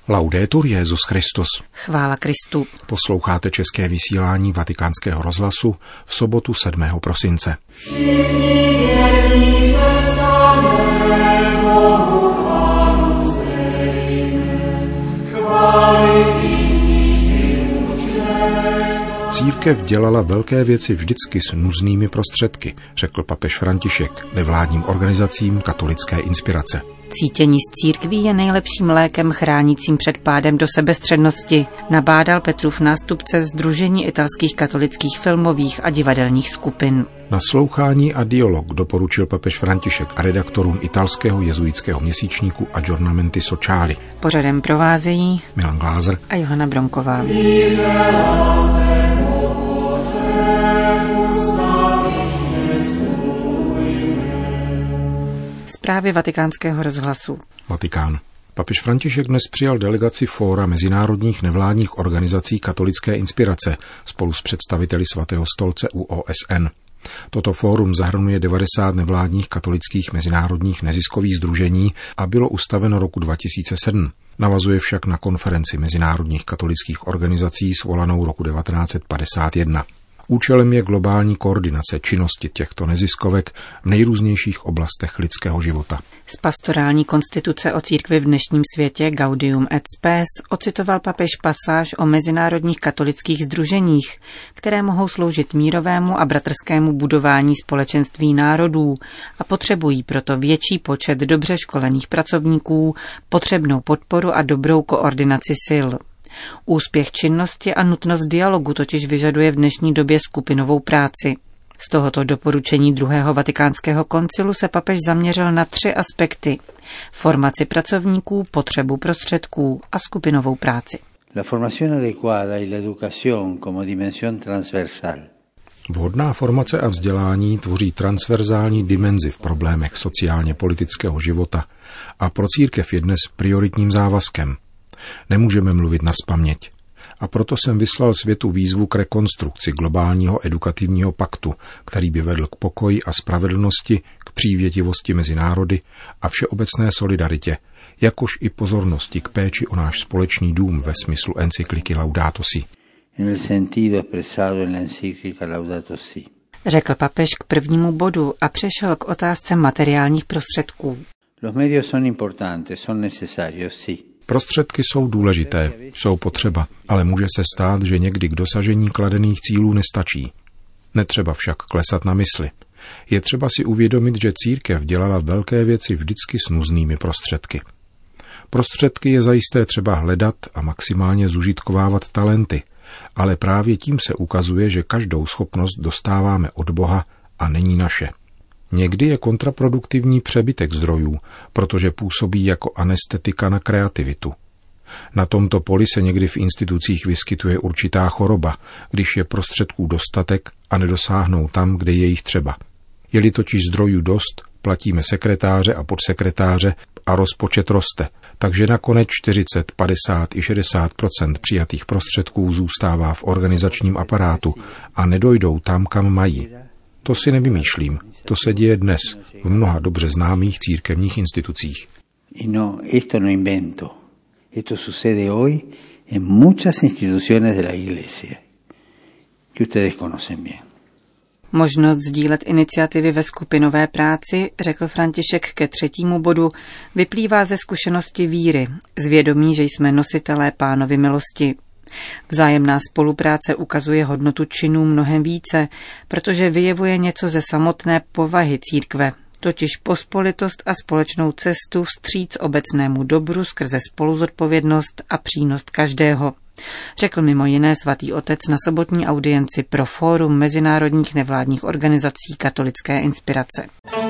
Laudetur Jesus Christus. Chvála Kristu. Posloucháte české vysílání Vatikánského rozhlasu v sobotu 7. prosince. Církev dělala velké věci vždycky s nuzných prostředky, řekl papež František nevládním organizacím katolické inspirace. Cítění z církví je nejlepším lékem chránícím před pádem do sebestřednosti, nabádal Petrův nástupce Sdružení italských katolických filmových a divadelních skupin. Naslouchání a dialog doporučil papež František a redaktorům italského jezuitského měsíčníku Aggiornamenti Sociali. Pořadem provázejí Milan Glázer a Johana Bronková. Zprávy Vatikánského rozhlasu. Vatikán. Papež František dnes přijal delegaci Fóra mezinárodních nevládních organizací katolické inspirace spolu s představiteli Svatého stolce u OSN. Toto fórum zahrnuje 90 nevládních katolických mezinárodních neziskových sdružení a bylo ustaveno roku 2007. Navazuje však na konferenci mezinárodních katolických organizací svolanou roku 1951. Účelem je globální koordinace činnosti těchto neziskovek v nejrůznějších oblastech lidského života. Z pastorální konstituce o církvi v dnešním světě Gaudium et Spes ocitoval papež pasáž o mezinárodních katolických sdruženích, které mohou sloužit mírovému a bratrskému budování společenství národů a potřebují proto větší počet dobře školených pracovníků, potřebnou podporu a dobrou koordinaci sil. Úspěch činnosti a nutnost dialogu totiž vyžaduje v dnešní době skupinovou práci. Z tohoto doporučení druhého vatikánského koncilu se papež zaměřil na 3 aspekty. Formaci pracovníků, potřebu prostředků a skupinovou práci. La formación adecuada y la educación como dimensión transversal. Vhodná formace a vzdělání tvoří transverzální dimenzi v problémech sociálně-politického života a pro církev je dnes prioritním závazkem. Nemůžeme mluvit nazpaměť. A proto jsem vyslal světu výzvu k rekonstrukci globálního edukativního paktu, který by vedl k pokoji a spravedlnosti, k přívětivosti mezi národy a všeobecné solidaritě, jakož i pozornosti k péči o náš společný dům ve smyslu encykliky Laudato Si. Řekl papež k prvnímu bodu a přešel k otázce materiálních prostředků. Los medios son importantes, son necesarios, sí. Prostředky jsou důležité, jsou potřeba, ale může se stát, že někdy k dosažení kladených cílů nestačí. Netřeba však klesat na mysli. Je třeba si uvědomit, že církev dělala velké věci vždycky s nuznými prostředky. Prostředky je zajisté třeba hledat a maximálně zužitkovávat talenty, ale právě tím se ukazuje, že každou schopnost dostáváme od Boha a není naše. Někdy je kontraproduktivní přebytek zdrojů, protože působí jako anestetika na kreativitu. Na tomto poli se někdy v institucích vyskytuje určitá choroba, když je prostředků dostatek a nedosáhnou tam, kde je jich třeba. Je-li totiž zdrojů dost, platíme sekretáře a podsekretáře a rozpočet roste, takže nakonec 40, 50 i 60% přijatých prostředků zůstává v organizačním aparátu a nedojdou tam, kam mají. To si nevymýšlím. To se děje dnes v mnoha dobře známých církevních institucích. No, esto no invento. Esto sucede hoy en muchas instituciones de la Iglesia, que ustedes conocen bien. Možnost sdílet iniciativy ve skupinové práci, řekl František ke 3. bodu, vyplývá ze zkušenosti víry, z vědomí, že jsme nositelé Pánovy milosti. Vzájemná spolupráce ukazuje hodnotu činů mnohem více, protože vyjevuje něco ze samotné povahy církve, totiž pospolitost a společnou cestu vstříc obecnému dobru skrze spoluzodpovědnost a přínos každého, řekl mimo jiné svatý otec na sobotní audienci pro Fórum mezinárodních nevládních organizací katolické inspirace.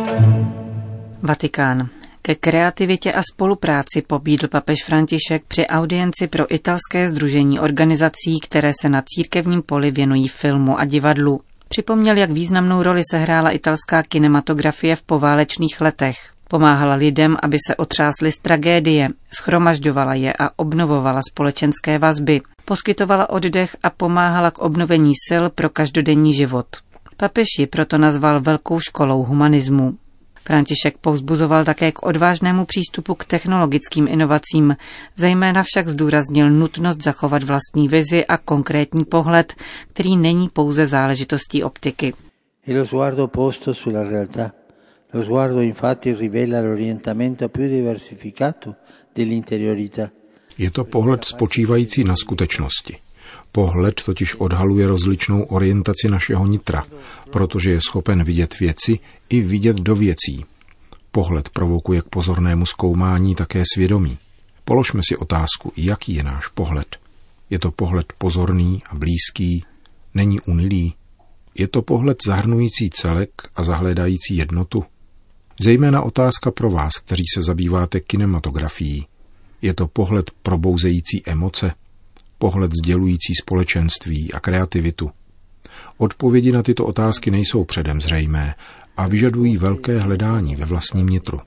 Vatikán. Ke kreativitě a spolupráci pobídl papež František při audienci pro italské sdružení organizací, které se na církevním poli věnují filmu a divadlu. Připomněl, jak významnou roli sehrála italská kinematografie v poválečných letech. Pomáhala lidem, aby se otřásli z tragédie, shromažďovala je a obnovovala společenské vazby, poskytovala oddech a pomáhala k obnovení sil pro každodenní život. Papež ji proto nazval velkou školou humanismu. František povzbuzoval také k odvážnému přístupu k technologickým inovacím, zejména však zdůraznil nutnost zachovat vlastní vizi a konkrétní pohled, který není pouze záležitostí optiky. Lo sguardo posto sulla realtà. Lo sguardo infatti rivela l'orientamento più diversificato dell'interiorità. Je to pohled spočívající na skutečnosti. Pohled totiž odhaluje rozličnou orientaci našeho nitra, protože je schopen vidět věci i vidět do věcí. Pohled provokuje k pozornému zkoumání také svědomí. Položme si otázku, jaký je náš pohled. Je to pohled pozorný a blízký, není unilý. Je to pohled zahrnující celek a zahledající jednotu. Zejména otázka pro vás, kteří se zabýváte kinematografií. Je to pohled probouzející emoce, pohled sdělující společenství a kreativitu. Odpovědi na tyto otázky nejsou předem zřejmé a vyžadují velké hledání ve vlastním nitru.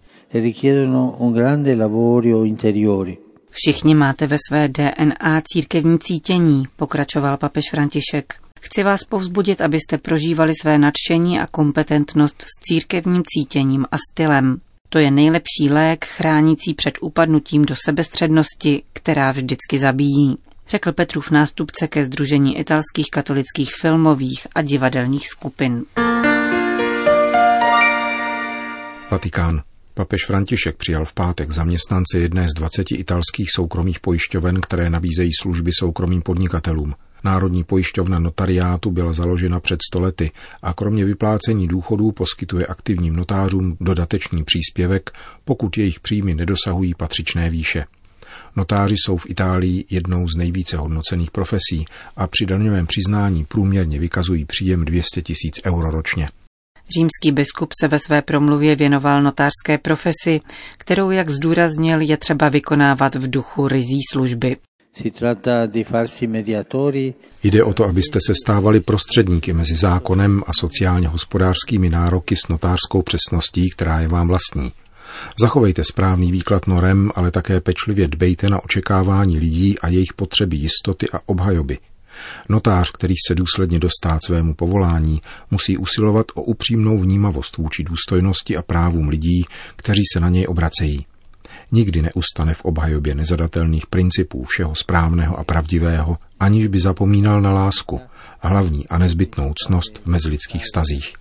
Všichni máte ve své DNA církevní cítění, pokračoval papež František. Chci vás povzbudit, abyste prožívali své nadšení a kompetentnost s církevním cítěním a stylem. To je nejlepší lék chránící před upadnutím do sebestřednosti, která vždycky zabíjí, řekl Petrův nástupce ke Sdružení italských katolických filmových a divadelních skupin. Vatikán. Papež František přijal v pátek zaměstnance jedné z 20 italských soukromých pojišťoven, které nabízejí služby soukromým podnikatelům. Národní pojišťovna notariátu byla založena před 100 lety a kromě vyplácení důchodů poskytuje aktivním notářům dodatečný příspěvek, pokud jejich příjmy nedosahují patřičné výše. Notáři jsou v Itálii jednou z nejvíce hodnocených profesí a při daňovém přiznání průměrně vykazují příjem 200 000 euro ročně. Římský biskup se ve své promluvě věnoval notářské profesi, kterou, jak zdůraznil, je třeba vykonávat v duchu ryzí služby. Jde o to, abyste se stávali prostředníky mezi zákonem a sociálně-hospodářskými nároky s notářskou přesností, která je vám vlastní. Zachovejte správný výklad norem, ale také pečlivě dbejte na očekávání lidí a jejich potřeby jistoty a obhajoby. Notář, který se důsledně dostát svému povolání, musí usilovat o upřímnou vnímavost vůči důstojnosti a právům lidí, kteří se na něj obracejí. Nikdy neustane v obhajobě nezadatelných principů všeho správného a pravdivého, aniž by zapomínal na lásku, hlavní a nezbytnou ctnost v mezilidských vztazích.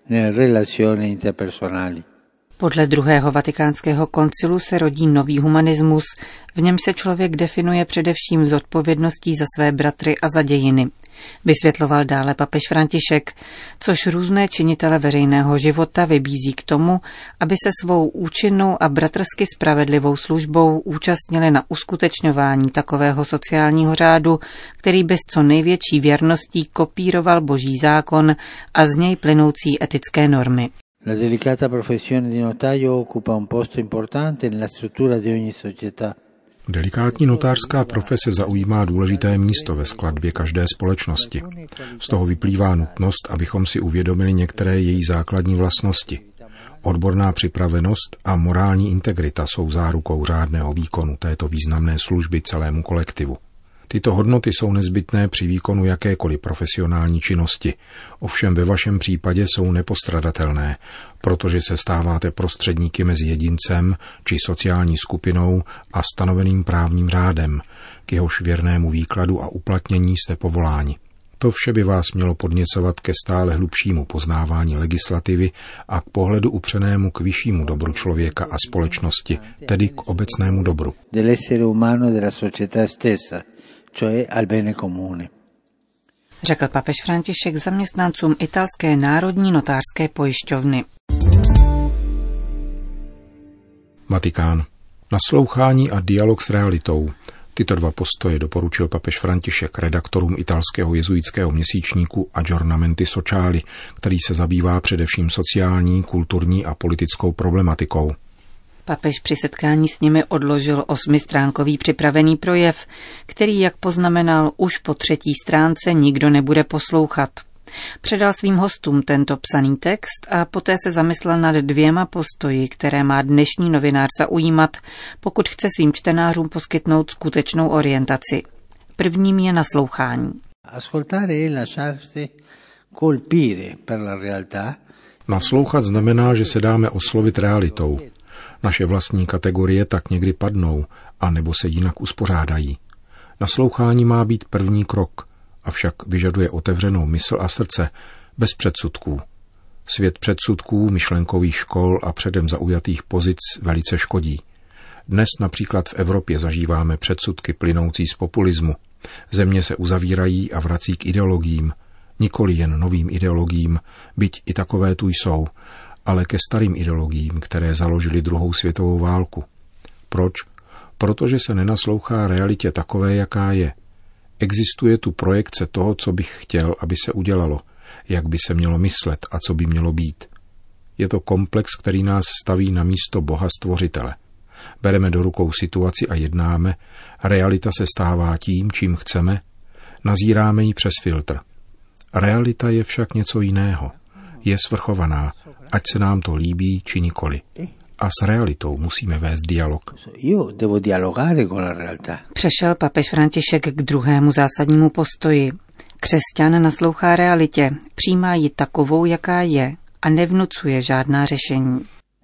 Podle druhého vatikánského koncilu se rodí nový humanismus, v něm se člověk definuje především zodpovědností za své bratry a za dějiny. Vysvětloval dále papež František, což různé činitele veřejného života vybízí k tomu, aby se svou účinnou a bratrsky spravedlivou službou účastnili na uskutečňování takového sociálního řádu, který by s co největší věrností kopíroval boží zákon a z něj plynoucí etické normy. La delicata professione di notaio occupa un posto importante nella struttura di ogni società. Delikátní notářská profese zaujímá důležité místo ve skladbě každé společnosti. Z toho vyplývá nutnost, abychom si uvědomili některé její základní vlastnosti. Odborná připravenost a morální integrita jsou zárukou řádného výkonu této významné služby celému kolektivu. Tyto hodnoty jsou nezbytné při výkonu jakékoliv profesionální činnosti, ovšem ve vašem případě jsou nepostradatelné, protože se stáváte prostředníky mezi jedincem či sociální skupinou a stanoveným právním řádem, k jehož věrnému výkladu a uplatnění jste povoláni. To vše by vás mělo podněcovat ke stále hlubšímu poznávání legislativy a k pohledu upřenému k vyššímu dobru člověka a společnosti, tedy k obecnému dobru. Řekl papež František zaměstnancům italské národní notářské pojišťovny. Vatikán. Naslouchání a dialog s realitou. Tyto dva postoje doporučil papež František redaktorům italského jezuitského měsíčníku Aggiornamenti Sociali, který se zabývá především sociální, kulturní a politickou problematikou. Papež při setkání s nimi odložil 8stránkový připravený projev, který, jak poznamenal, už po 3. stránce nikdo nebude poslouchat. Předal svým hostům tento psaný text a poté se zamyslel nad 2 postoji, které má dnešní novinář zaujímat, pokud chce svým čtenářům poskytnout skutečnou orientaci. Prvním je naslouchání. Naslouchat znamená, že se dáme oslovit realitou. Naše vlastní kategorie tak někdy padnou, anebo se jinak uspořádají. Naslouchání má být první krok, avšak vyžaduje otevřenou mysl a srdce, bez předsudků. Svět předsudků, myšlenkových škol a předem zaujatých pozic velice škodí. Dnes například v Evropě zažíváme předsudky plynoucí z populismu. Země se uzavírají a vrací k ideologiím, nikoli jen novým ideologiím, byť i takové tu jsou, ale ke starým ideologiím, které založily druhou světovou válku. Proč? Protože se nenaslouchá realitě takové, jaká je. Existuje tu projekce toho, co bych chtěl, aby se udělalo, jak by se mělo myslet a co by mělo být. Je to komplex, který nás staví na místo Boha stvořitele. Bereme do rukou situaci a jednáme, realita se stává tím, čím chceme, nazíráme ji přes filtr. Realita je však něco jiného. Je svrchovaná, ať se nám to líbí či nikoli. A s realitou musíme vést dialog. Přešel papež František k druhému zásadnímu postoji. Křesťan naslouchá realitě, přijímá ji takovou, jaká je a nevnucuje žádná řešení.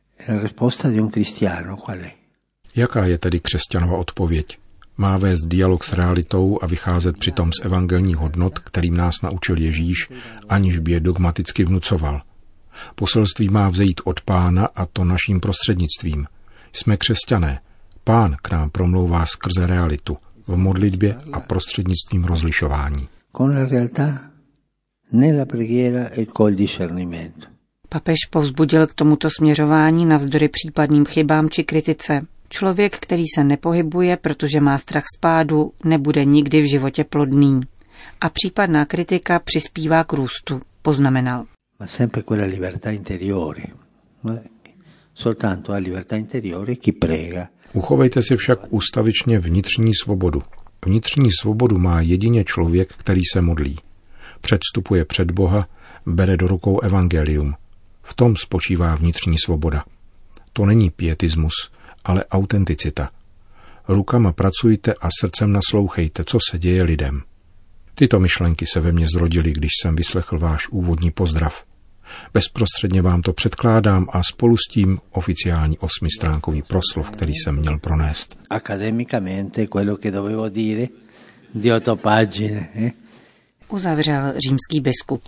Jaká je tedy křesťanova odpověď? Má vést dialog s realitou a vycházet přitom z evangelních hodnot, kterým nás naučil Ježíš, aniž by je dogmaticky vnucoval. Poselství má vzejít od Pána a to naším prostřednictvím. Jsme křesťané. Pán k nám promlouvá skrze realitu, v modlitbě a prostřednictvím rozlišování. Papež povzbudil k tomuto směřování navzdory případným chybám či kritice. Člověk, který se nepohybuje, protože má strach z pádu, nebude nikdy v životě plodný. A případná kritika přispívá k růstu, poznamenal. Uchovejte si však ústavičně vnitřní svobodu. Vnitřní svobodu má jedině člověk, který se modlí. Předstupuje před Boha, bere do rukou evangelium. V tom spočívá vnitřní svoboda. To není pietismus, ale autenticita. Rukama pracujte a srdcem naslouchejte, co se děje lidem. Tyto myšlenky se ve mně zrodily, když jsem vyslechl váš úvodní pozdrav. Bezprostředně vám to předkládám a spolu s tím oficiální 8stránkový proslov, který jsem měl pronést. Akademicamente quello che dovevo dire di 8 pagine. Uzavřel římský biskup.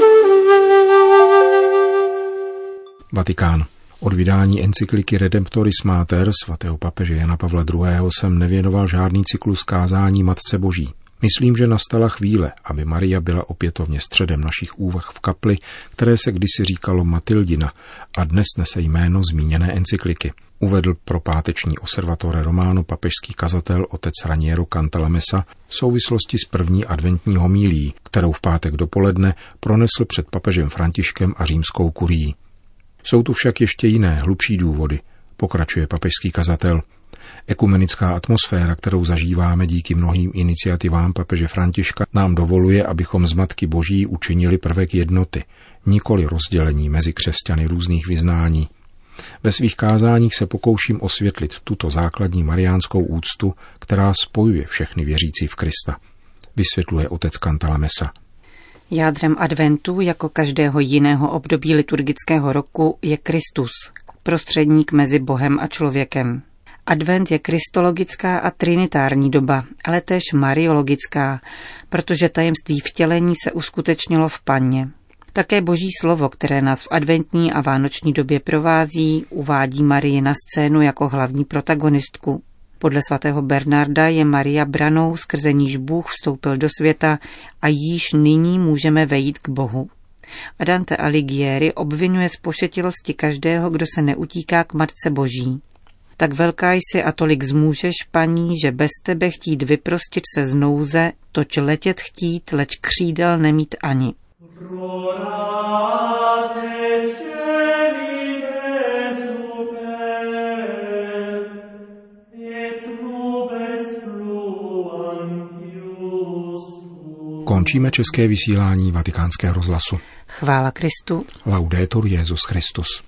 Vatikán. Od vydání encykliky Redemptoris Mater svatého papeže Jana Pavla II. Jsem nevěnoval žádný cyklus kázání Matce Boží. Myslím, že nastala chvíle, aby Maria byla opětovně středem našich úvah v kapli, které se kdysi říkalo Matildina a dnes nese jméno zmíněné encykliky. Uvedl pro páteční Osservatore Romano papežský kazatel otec Raniero Cantalamessa v souvislosti s první adventní homílií, kterou v pátek dopoledne pronesl před papežem Františkem a římskou kurií. Jsou tu však ještě jiné, hlubší důvody, pokračuje papežský kazatel. Ekumenická atmosféra, kterou zažíváme díky mnohým iniciativám papeže Františka, nám dovoluje, abychom z Matky Boží učinili prvek jednoty, nikoli rozdělení mezi křesťany různých vyznání. Ve svých kázáních se pokouším osvětlit tuto základní mariánskou úctu, která spojuje všechny věřící v Krista, vysvětluje otec Cantalamessa. Jádrem adventu, jako každého jiného období liturgického roku, je Kristus, prostředník mezi Bohem a člověkem. Advent je kristologická a trinitární doba, ale též mariologická, protože tajemství vtělení se uskutečnilo v Panně. Také Boží slovo, které nás v adventní a vánoční době provází, uvádí Marii na scénu jako hlavní protagonistku. Podle svatého Bernarda je Maria branou, skrze níž Bůh vstoupil do světa a již nyní můžeme vejít k Bohu. A Dante Alighieri obvinuje z pošetilosti každého, kdo se neutíká k Matce Boží. Tak velká jsi a tolik zmůžeš, paní, že bez tebe chtít vyprostit se z nouze, toť letět chtít, leč křídel nemít ani. Končíme české vysílání Vatikánského rozhlasu. Chvála Kristu. Laudetur Jesus Christus.